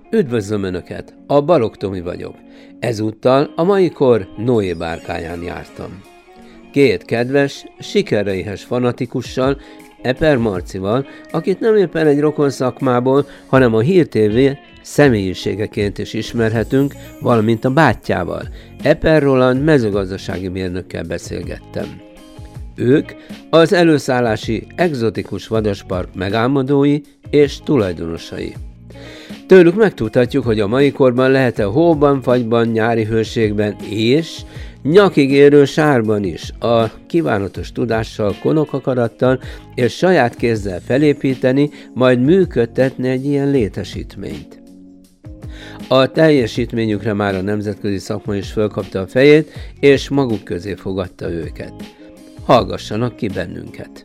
Üdvözlöm Önöket, a Balogh Tomi vagyok. Ezúttal a mai kor Noé bárkáján jártam. Két kedves, sikerre éhes fanatikussal, Eper Marcival, akit nem éppen egy rokon szakmából, hanem a Hír TV személyiségeként is ismerhetünk, valamint a bátyjával, Eper Roland mezőgazdasági mérnökkel beszélgettem. Ők az előszállási egzotikus vadaspark megálmodói és tulajdonosai. Tőlük megtudhatjuk, hogy a mai korban lehet-e hóban, fagyban, nyári hőségben és nyakig érő sárban is a kívánatos tudással, konokakarattal és saját kézzel felépíteni, majd működtetni egy ilyen létesítményt. A teljesítményükre már a nemzetközi szakma is fölkapta a fejét, és maguk közé fogadta őket. Hallgassanak ki bennünket!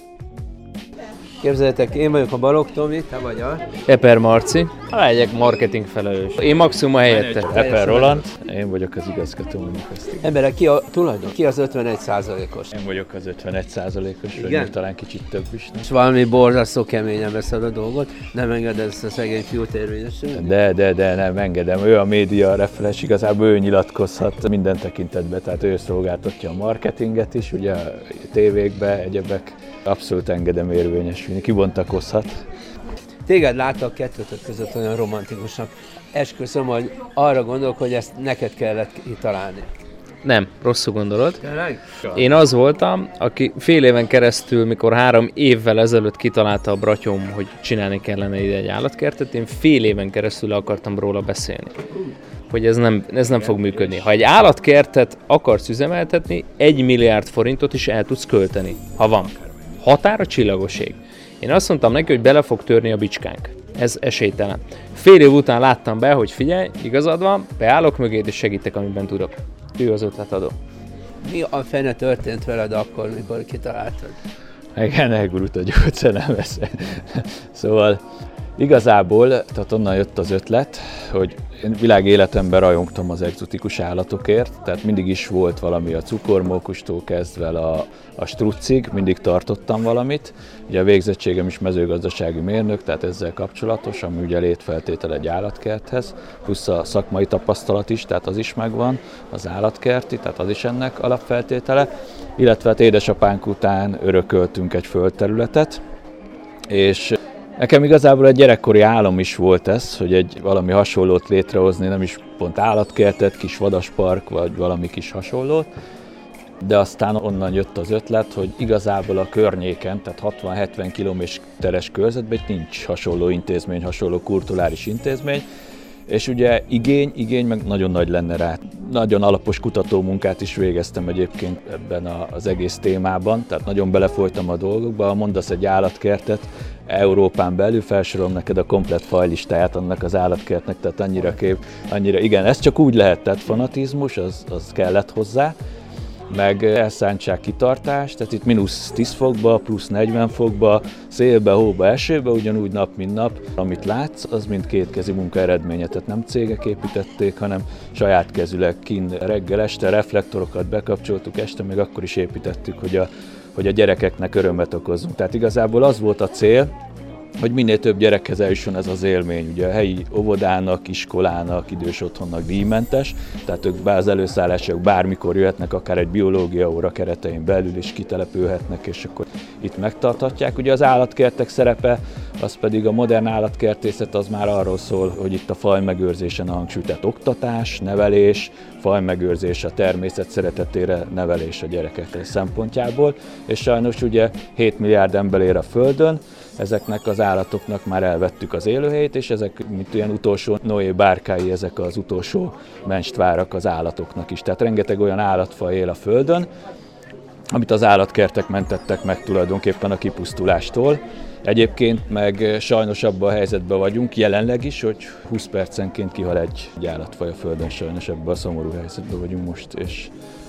Képzeljétek, én vagyok a Balogh Tomi, te vagy a... Eper Marci, legyek marketing felelős. Én maximum a helyette. Eper Roland, én vagyok az igazgató. Emberek, ki a tulajdon? Ki az 51%-os? Én vagyok az 51%-os, vagy talán kicsit több is. Nem? És valami borzasztó keményen veszed a dolgot, nem engeded ezt a szegény fiút érvényesülni? De, nem engedem. Ő a média referens, igazából ő nyilatkozhat minden tekintetben, tehát ő szolgáltatja a marketinget is, ugye a tévékbe, egyebek. Abszolút engedem érvényesülni, kibontakozhat. Téged láttak kettőtök között olyan romantikusak. Esküszöm, hogy arra gondolok, hogy ezt neked kellett kitalálni. Nem, rosszul gondolod. Tényleg? Én az voltam, aki fél éven keresztül, mikor 3 évvel ezelőtt kitalálta a bratyom, hogy csinálni kellene ide egy állatkertet, én fél éven keresztül le akartam róla beszélni. Hogy ez nem fog működni. Ha egy állatkertet akarsz üzemeltetni, 1 milliárd forintot is el tudsz költeni, ha van. Határa csillagoség. Én azt mondtam neki, hogy bele fog törni a bicskánk. Ez esélytelen. Fél év után láttam be, hogy figyelj, igazad van, beállok mögéd és segítek, amiben tudok. Ő az ötletadó. Mi a fene történt veled akkor, mikor kitaláltad? Igen, elgurult a gyógyszerem. Szóval igazából, tehát onnan jött az ötlet, hogy én világéletemben rajongtam az egzotikus állatokért, tehát mindig is volt valami a cukormókustól kezdve a struccig, mindig tartottam valamit. Ugye a végzettségem is mezőgazdasági mérnök, tehát ezzel kapcsolatos, ami ugye létfeltétel egy állatkerthez, plusz a szakmai tapasztalat is, tehát az is megvan, az állatkerti, tehát az is ennek alapfeltétele, illetve hát édesapánk után örököltünk egy földterületet, és nekem igazából egy gyerekkori álom is volt ez, hogy valami hasonlót létrehozni, nem is pont állatkertet, kis vadaspark, vagy valami kis hasonlót, de aztán onnan jött az ötlet, hogy igazából a környéken, tehát 60-70 kilométeres körzetben nincs hasonló intézmény, hasonló kulturális intézmény, és ugye igény meg nagyon nagy lenne rá. Nagyon alapos kutatómunkát is végeztem egyébként ebben az egész témában, tehát nagyon belefolytam a dolgokba. Ha mondasz egy állatkertet, Európán belül felsorolom neked a komplett fajlistáját annak az állatkertnek, tehát annyira igen, ez csak úgy lehet, tehát fanatizmus, az kellett hozzá, meg elszántság, kitartás, tehát itt -10 fokba, plusz 40 fokba, szélbe, hóba, esőbe, ugyanúgy nap, mint nap. Amit látsz, az mind kétkezi munka eredménye, tehát nem cégek építették, hanem saját kezüleg kint reggel, este reflektorokat bekapcsoltuk, este még akkor is építettük, hogy a gyerekeknek örömet okozzunk. Tehát igazából az volt a cél, hogy minél több gyerekhez eljusson ez az élmény. Ugye a helyi óvodának, iskolának, idős otthonnak díjmentes, tehát ők az előszállások bármikor jöhetnek, akár egy biológia óra keretein belül is kitelepülhetnek, és akkor itt megtarthatják. Ugye az állatkertek szerepe, az pedig a modern állatkertészet, az már arról szól, hogy itt a fajmegőrzésen a hangsúly, tehát oktatás, nevelés, fajmegőrzés, a természet szeretetére nevelés a gyerekek szempontjából, és sajnos ugye 7 milliárd ember él a Földön, ezeknek az állatoknak már elvettük az élőhelyét, és ezek, mint ilyen utolsó Noé bárkái, ezek az utolsó menstvárak az állatoknak is. Tehát rengeteg olyan állatfaj él a Földön, amit az állatkertek mentettek meg tulajdonképpen a kipusztulástól. Egyébként meg sajnos abban a helyzetben vagyunk, jelenleg is, hogy 20 percenként kihal egy állatfaj a Földön, sajnos ebben a szomorú helyzetben vagyunk most. És...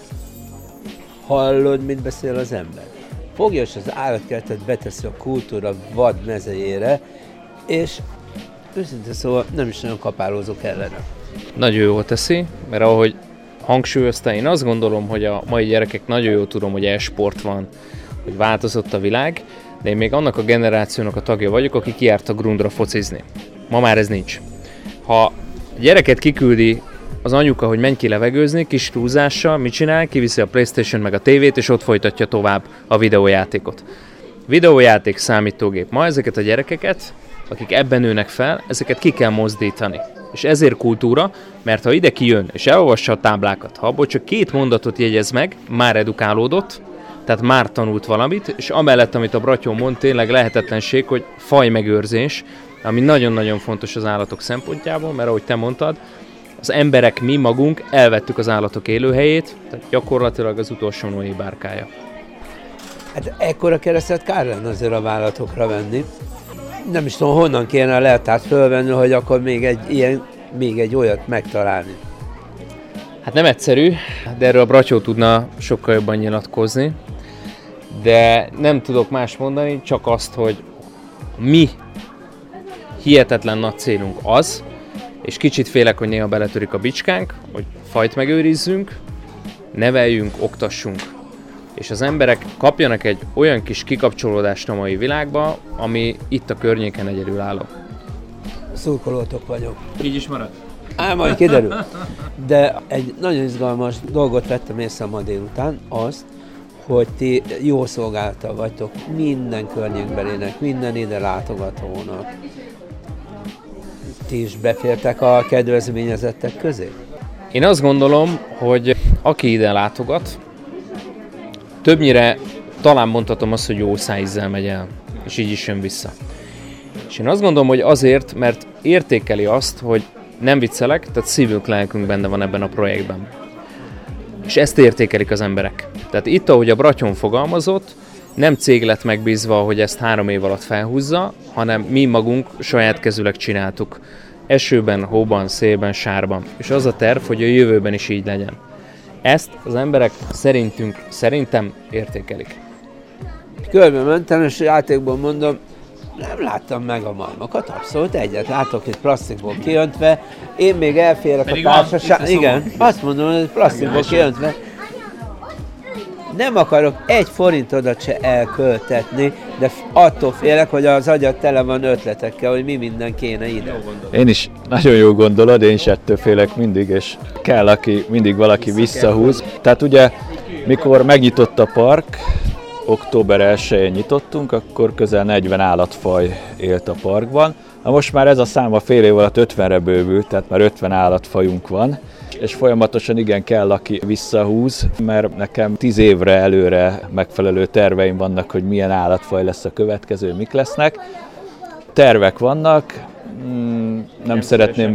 Hallod, mit beszél az ember? Fogja és az állatkertet beteszi a kultúra vad mezejére, és őszintén szóval nem is nagyon kapálózok ellene. Nagyon jól teszi, mert ahogy hangsúlyozta, én azt gondolom, hogy a mai gyerekek nagyon jól tudom, hogy e-sport van, hogy változott a világ, de én még annak a generációnak a tagja vagyok, aki kijárt a grundra focizni. Ma már ez nincs. Ha A gyereket kiküldi az anyuka, hogy menj ki levegőzni, kis túlzással, mit csinál? Kiviszi a PlayStation meg a tévét, és ott folytatja tovább a videójátékot. Videójáték, számítógép. Ma ezeket a gyerekeket, akik ebben nőnek fel, ezeket ki kell mozdítani. És ezért kultúra, mert ha ide kijön, és elolvassa a táblákat, ha abból csak 2 mondatot jegyez meg, már edukálódott, tehát már tanult valamit, és amellett, amit a Bratyó mond, tényleg lehetetlenség, hogy fajmegőrzés, ami nagyon-nagyon fontos az állatok szempontjából, mert ahogy te mondtad, az emberek, mi magunk elvettük az állatok élőhelyét, tehát gyakorlatilag az utolsó Noé bárkája. Hát ekkora keresztet kár lenne azért a vállalatokra venni. Nem is tudom, honnan kéne a leltárt fölvenni, hogy akkor még egy olyat megtalálni. Hát nem egyszerű, de erről a Bratyó tudna sokkal jobban nyilatkozni, de nem tudok más mondani, csak azt, hogy mi hihetetlen nagy célunk az, és kicsit félek, hogy néha beletörik a bicskánk, hogy fajt megőrizzünk, neveljünk, oktassunk. És az emberek kapjanak egy olyan kis kikapcsolódást a mai világba, ami itt a környéken egyedülálló. Szurkolótok vagyok. Így is marad? Majd kiderül. De egy nagyon izgalmas dolgot vettem észre ma délután, azt, hogy ti jó szolgálata vagytok minden környékbelének, minden ide látogatónak. Ti is befértek a kedvezményezettek közé? Én azt gondolom, hogy aki ide látogat, többnyire talán mondhatom azt, hogy jó szájízzel megy el, és így is jön vissza. És én azt gondolom, hogy azért, mert értékeli azt, hogy nem viccelek, tehát szívünk, lelkünk benne van ebben a projektben. És ezt értékelik az emberek. Tehát itt, ahogy a Bratyon fogalmazott, nem cég lett megbízva, hogy ezt 3 év alatt felhúzza, hanem mi magunk saját kezűleg csináltuk. Esőben, hóban, szélben, sárban. És az a terv, hogy a jövőben is így legyen. Ezt az emberek szerintem értékelik. Körbe mentem, és játékban mondom, nem láttam meg a malmokat, abszolút egyet látok itt plastikból kiöntve, én még elférek a társaság. Igen, azt mondom, hogy plastikból kiöntve. Nem akarok 1 forintodat se elköltetni, de attól félek, hogy az agyat tele van ötletekkel, hogy mi minden kéne ide. Én is nagyon jó gondolod, én is ettől félek mindig, és kell, mindig valaki visszahúz. Tehát ugye, mikor megnyitott a park, október 1-én nyitottunk, akkor közel 40 állatfaj élt a parkban. Most már ez a szám a fél év alatt 50-re bővült, tehát már 50 állatfajunk van. És folyamatosan igen kell, aki visszahúz, mert nekem 10 évre előre megfelelő terveim vannak, hogy milyen állatfaj lesz a következő, mik lesznek. Tervek vannak, nem szeretném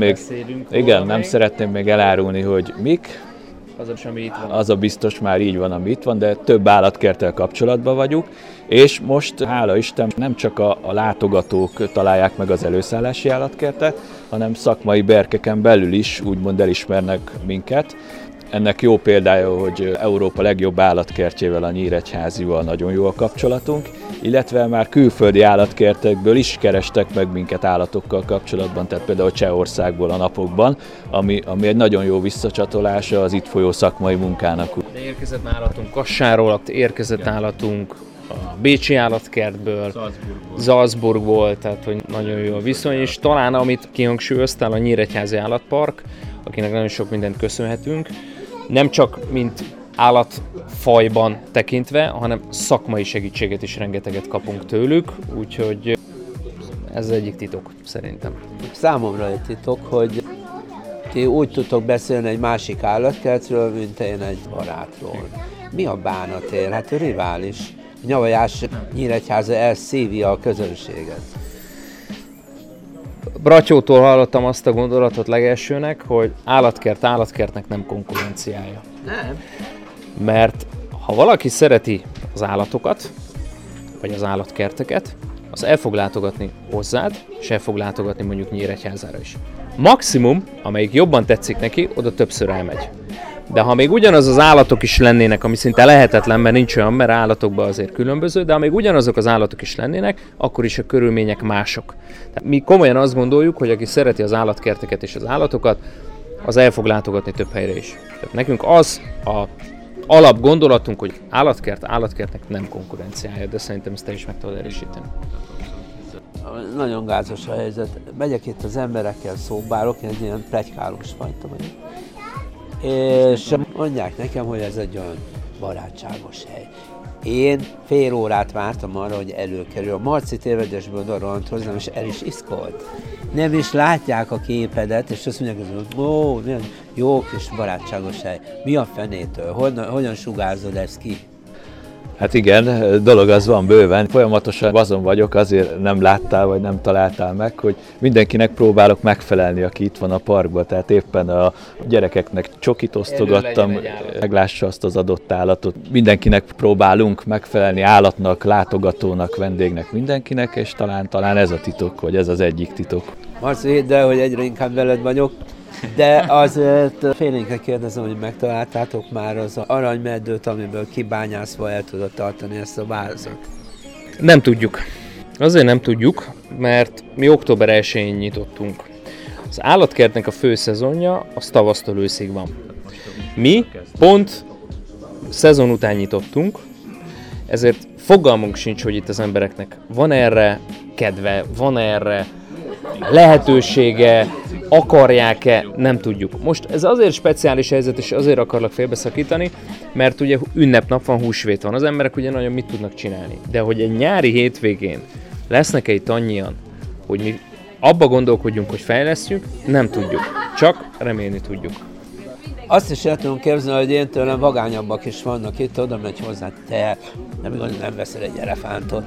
még elárulni, hogy mik. Az a biztos már így van, ami itt van, de több állatkerttel kapcsolatban vagyunk, és most, hála Isten, nem csak a látogatók találják meg az előszállási állatkertet, hanem szakmai berkeken belül is úgymond elismernek minket. Ennek jó példája, hogy Európa legjobb állatkertjével, a Nyíregyházival nagyon jó a kapcsolatunk, illetve már külföldi állatkertekből is kerestek meg minket állatokkal kapcsolatban, tehát például Csehországból a napokban, ami egy nagyon jó visszacsatolása az itt folyó szakmai munkának. De érkezett állatunk Kassáról, érkezett állatunk a bécsi állatkertből, Salzburgból, tehát hogy nagyon jó a viszony, és talán amit kihangsúlyoztál, a Nyíregyházi állatpark, akinek nagyon sok mindent köszönhetünk, nem csak mint állatfajban tekintve, hanem szakmai segítséget is rengeteget kapunk tőlük, úgyhogy ez egyik titok szerintem. Számomra egy titok, hogy ti úgy tudtok beszélni egy másik állatkertről, mint én egy barátról. Mi a bánatér? Hát rivális. Nyavajás Nyíregyháza elszívja a közönséget. Bratyótól hallottam azt a gondolatot legelsőnek, hogy állatkertnek nem konkurenciája. Nem. Mert ha valaki szereti az állatokat, vagy az állatkerteket, az el fog látogatni hozzád, és el fog látogatni mondjuk Nyíregyházára is. Maximum, amelyik jobban tetszik neki, oda többször elmegy. De ha még ugyanaz az állatok is lennének, ami szinte lehetetlen, mert nincs olyan, mert állatokban azért különböző, de ha még ugyanazok az állatok is lennének, akkor is a körülmények mások. Tehát mi komolyan azt gondoljuk, hogy aki szereti az állatkerteket és az állatokat, az el fog látogatni több helyre is. Tehát nekünk az a alapgondolatunk, hogy állatkertnek nem konkurenciája, de szerintem ezt te is meg tudod erősíteni. nagyon gázos a helyzet. Megyek itt az emberekkel, szóbálok, egy ilyen pletykálós fajta vagyok. És mondják nekem, hogy ez egy olyan barátságos hely. Én fél órát vártam arra, hogy előkerül. A Marci tévedésből oda rohant hozzám, és el is iszkolt. Nem is látják a képedet, és azt mondják, hogy ó, jó kis barátságos hely. Mi a fenétől? Hogyan sugárzod ezt ki? Hát igen, dolog az van bőven. Folyamatosan azon vagyok, azért nem láttál, vagy nem találtál meg, hogy mindenkinek próbálok megfelelni, aki itt van a parkban. Tehát éppen a gyerekeknek csokit osztogattam, meglássa azt az adott állatot. Mindenkinek próbálunk megfelelni, állatnak, látogatónak, vendégnek, mindenkinek, és talán ez a titok, vagy ez az egyik titok. Marci, hidd el, hogy egyre inkább veled vagyok. De azért félénkre kérdezem, hogy megtaláltátok már az aranymeddőt, amiből kibányászva el tudod tartani ezt a vázat? Nem tudjuk. Azért nem tudjuk, mert mi október 1-én nyitottunk. Az állatkertnek a fő szezonja az tavasztól őszig van. Mi pont szezon után nyitottunk, ezért fogalmunk sincs, hogy itt az embereknek van erre kedve, van erre lehetősége, akarják-e, nem tudjuk. Most ez azért speciális helyzet, és azért akarlak félbeszakítani, mert ugye ünnepnap van, húsvét van. Az emberek ugye nagyon mit tudnak csinálni. De hogy egy nyári hétvégén lesznek-e itt annyian, hogy mi abba gondolkodjunk, hogy fejlesztjük, nem tudjuk. Csak remélni tudjuk. Azt is el tudom képzelni, hogy én tőlem vagányabbak is vannak itt, oda megy hozzá, te nem veszel egy elefántot.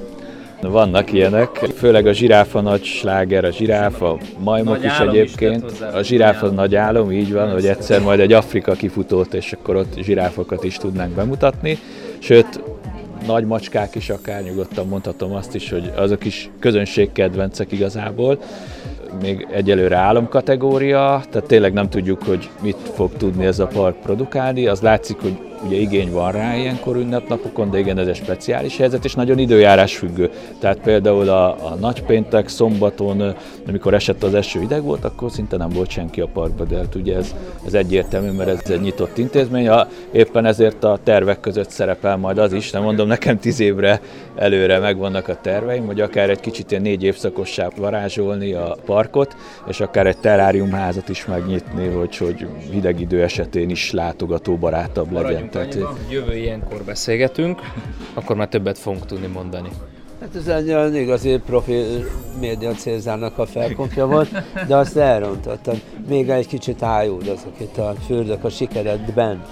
Vannak ilyenek, főleg a zsiráfa nagy sláger, a zsiráf, a majmok is egyébként. A zsiráf az nagy álom, így van, hogy egyszer majd egy Afrika kifutót, és akkor ott zsiráfokat is tudnánk bemutatni. Sőt, nagy macskák is akár, nyugodtan mondhatom azt is, hogy azok is közönségkedvencek igazából. Még egyelőre álomkategória, tehát tényleg nem tudjuk, hogy mit fog tudni ez a park produkálni. Az látszik, hogy ugye igény van rá ilyenkor ünnepnapokon, de igen, ez egy speciális helyzet, és nagyon időjárás függő. Tehát például a nagypéntek, szombaton, amikor esett az eső, hideg volt, akkor szinte nem volt senki a parkban, de hát ugye ez egyértelmű, mert ez egy nyitott intézmény. Éppen ezért a tervek között szerepel majd az is, nem mondom, nekem 10 évre előre megvannak a terveim, hogy akár egy kicsit ilyen 4 évszakossá varázsolni a parkot, és akár egy terráriumházat is megnyitni, hogy hideg idő esetén is látogatóbarátabb legyen. Tehát, jövő ilyenkor beszélgetünk, akkor már többet fogunk tudni mondani. Hát ez egy olyan igazi profi média célzárnak a felkompja volt, de azt elrontottad. Még egy kicsit ájúdozok itt a fürdök a sikeredben.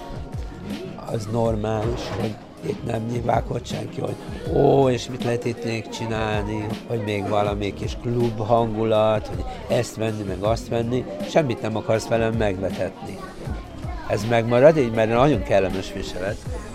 Az normális, hogy itt nem nyilvánkodt senki, hogy és mit lehet itt még csinálni, hogy még valami kis klub hangulat, hogy ezt venni, meg azt venni, semmit nem akarsz velem megvetetni. Ez megmarad így, mert nagyon kellemes viselet.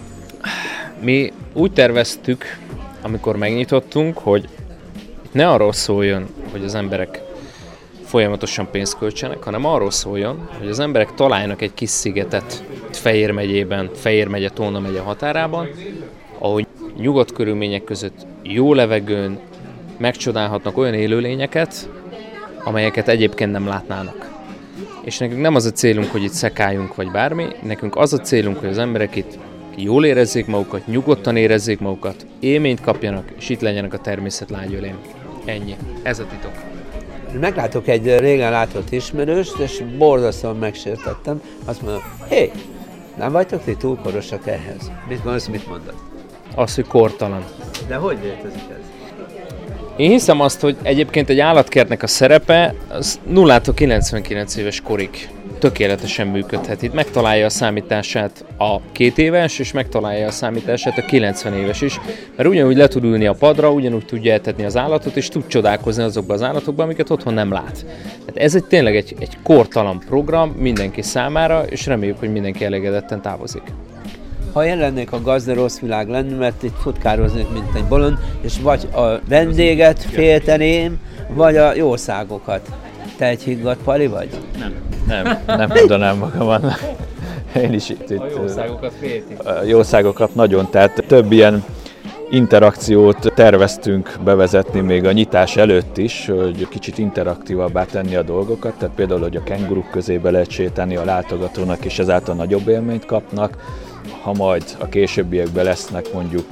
Mi úgy terveztük, amikor megnyitottunk, hogy ne arról szóljon, hogy az emberek folyamatosan pénzt költsenek, hanem arról szóljon, hogy az emberek találjanak egy kis szigetet Fejér megyében, Fejér megye, Tolna megye határában, ahogy nyugodt körülmények között, jó levegőn megcsodálhatnak olyan élőlényeket, amelyeket egyébként nem látnának. És nekünk nem az a célunk, hogy itt szekáljunk, vagy bármi, nekünk az a célunk, hogy az emberek itt jól érezzék magukat, nyugodtan érezzék magukat, élményt kapjanak, és itt legyenek a természet lágyölén. Ennyi. Ez a titok. Meglátok egy régen látott ismerőst, és borzasztóan megsértettem. Azt mondom, hé, nem vagytok ti túl korosak ehhez? Mit mondod? Az, hogy kortalan. De hogy létezik ez? Én hiszem azt, hogy egyébként egy állatkertnek a szerepe az 0-tól 99 éves korig tökéletesen működhet. Itt megtalálja a számítását a 2 éves, és megtalálja a számítását a 90 éves is, mert ugyanúgy le tud ülni a padra, ugyanúgy tudja eltetni az állatot, és tud csodálkozni azokban az állatokban, amiket otthon nem lát. Tehát ez tényleg egy kortalan program mindenki számára, és reméljük, hogy mindenki elégedetten távozik. Ha én lennék a gazda, rossz világ lenni, mert itt futkároznék, mint egy bolond, és vagy a vendéget félteném, vagy a jószágokat. Te egy higgadt pali vagy? Nem mondanám magam annak. Én is itt a jószágokat félti. A jószágokat nagyon, tehát több ilyen interakciót terveztünk bevezetni még a nyitás előtt is, hogy kicsit interaktívabbá tenni a dolgokat, tehát például, hogy a kenguruk közébe lehet sétálni a látogatónak, és ezáltal nagyobb élményt kapnak. Ha majd a későbbiekben lesznek mondjuk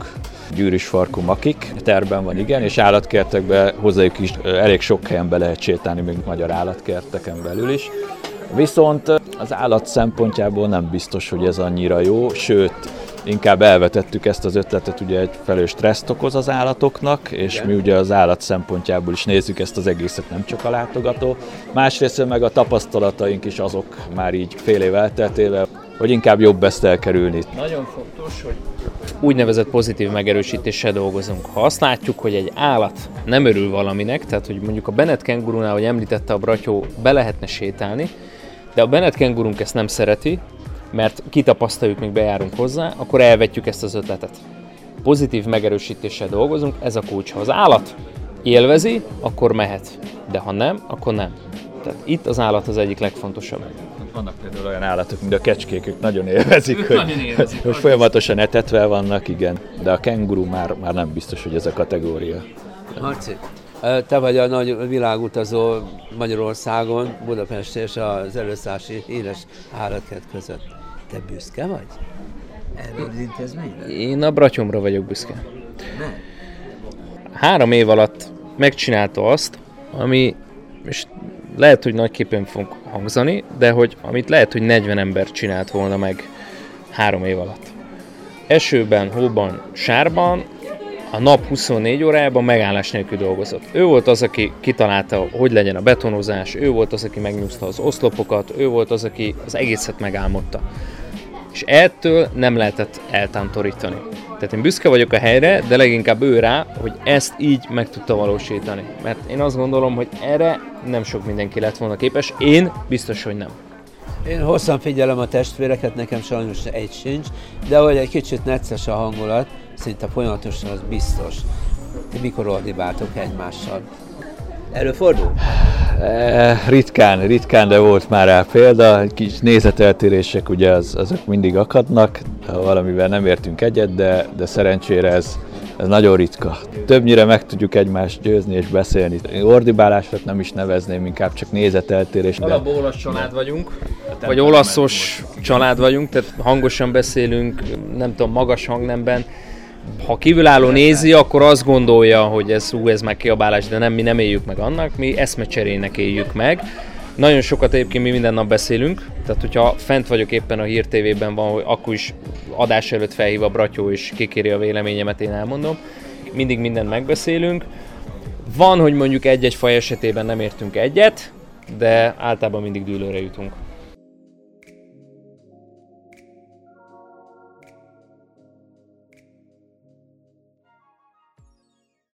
gyűrűs farkú makik, terben van igen, és állatkertekben hozzájuk is elég sok helyen be lehet sétálni, még magyar állatkerteken belül is. Viszont az állat szempontjából nem biztos, hogy ez annyira jó, sőt, inkább elvetettük ezt az ötletet, ugye egyfelől stresszt okoz az állatoknak, és mi ugye az állat szempontjából is nézzük ezt az egészet, nem csak a látogató. Másrészt meg a tapasztalataink is azok már így fél év elteltével, hogy inkább jobb ezt elkerülni. Nagyon fontos, hogy úgynevezett pozitív megerősítéssel dolgozunk. Ha azt látjuk, hogy egy állat nem örül valaminek, tehát hogy mondjuk a Bennett kengurunál, ahogy említette a Bratyó, be lehetne sétálni, de a Bennett kengurunk ezt nem szereti, mert kitapasztaljuk, még bejárunk hozzá, akkor elvetjük ezt az ötletet. Pozitív megerősítéssel dolgozunk, ez a kulcs. Ha az állat élvezi, akkor mehet, de ha nem, akkor nem. Tehát itt az állat az egyik legfontosabb. Vannak például olyan állatok, mint a kecskék, ők nagyon élvezik, hogy folyamatosan etetve vannak, igen, de a kenguru már nem biztos, hogy ez a kategória. Marci, te vagy a nagy világutazó Magyarországon, Budapest és az előszási híres állatkert között. Te büszke vagy? Erről az intézményre? Én a Bratyomra vagyok büszke. Nem. 3 év alatt megcsinálta azt, ami, és lehet, hogy nagyképpen fog hangzani, de amit lehet, hogy 40 ember csinált volna meg 3 év alatt. Esőben, hóban, sárban, a nap 24 órájában megállás nélkül dolgozott. Ő volt az, aki kitalálta, hogy legyen a betonozás, ő volt az, aki megnyúzta az oszlopokat, ő volt az, aki az egészet megálmodta. És ettől nem lehetett eltántorítani. Tehát én büszke vagyok a helyre, de leginkább ő rá, hogy ezt így meg tudta valósítani. Mert én azt gondolom, hogy erre nem sok mindenki lett volna képes, én biztos, hogy nem. Én hosszan figyelem a testvéreket, nekem sajnos egy sincs, de hogy egy kicsit necces a hangulat, szinte folyamatosan, az biztos. Ti mikor ordibáltok egymással? Előfordul? Ritkán, de volt már rá példa. Kis nézeteltérések ugye azok mindig akadnak, valamivel nem értünk egyet, de szerencsére ez nagyon ritka. Többnyire meg tudjuk egymást győzni és beszélni. Ordibálásra nem is nevezném, inkább csak nézeteltérés. Alapból olasz család vagyunk, vagy olaszos család vagyunk, tehát hangosan beszélünk, nem tudom, magas hangnemben. Ha kívülálló nézi, akkor azt gondolja, hogy ez meg kiabálás, de mi nem éljük meg annak, mi eszmecserének éljük meg. Nagyon sokat egyébként mi minden nap beszélünk, tehát hogyha fent vagyok éppen a Hír TV-ben van, hogy akkor is adás előtt felhív a Bratyó és kikéri a véleményemet, én elmondom. Mindig mindent megbeszélünk. Van, hogy mondjuk egy-egy faj esetében nem értünk egyet, de általában mindig dűlőre jutunk.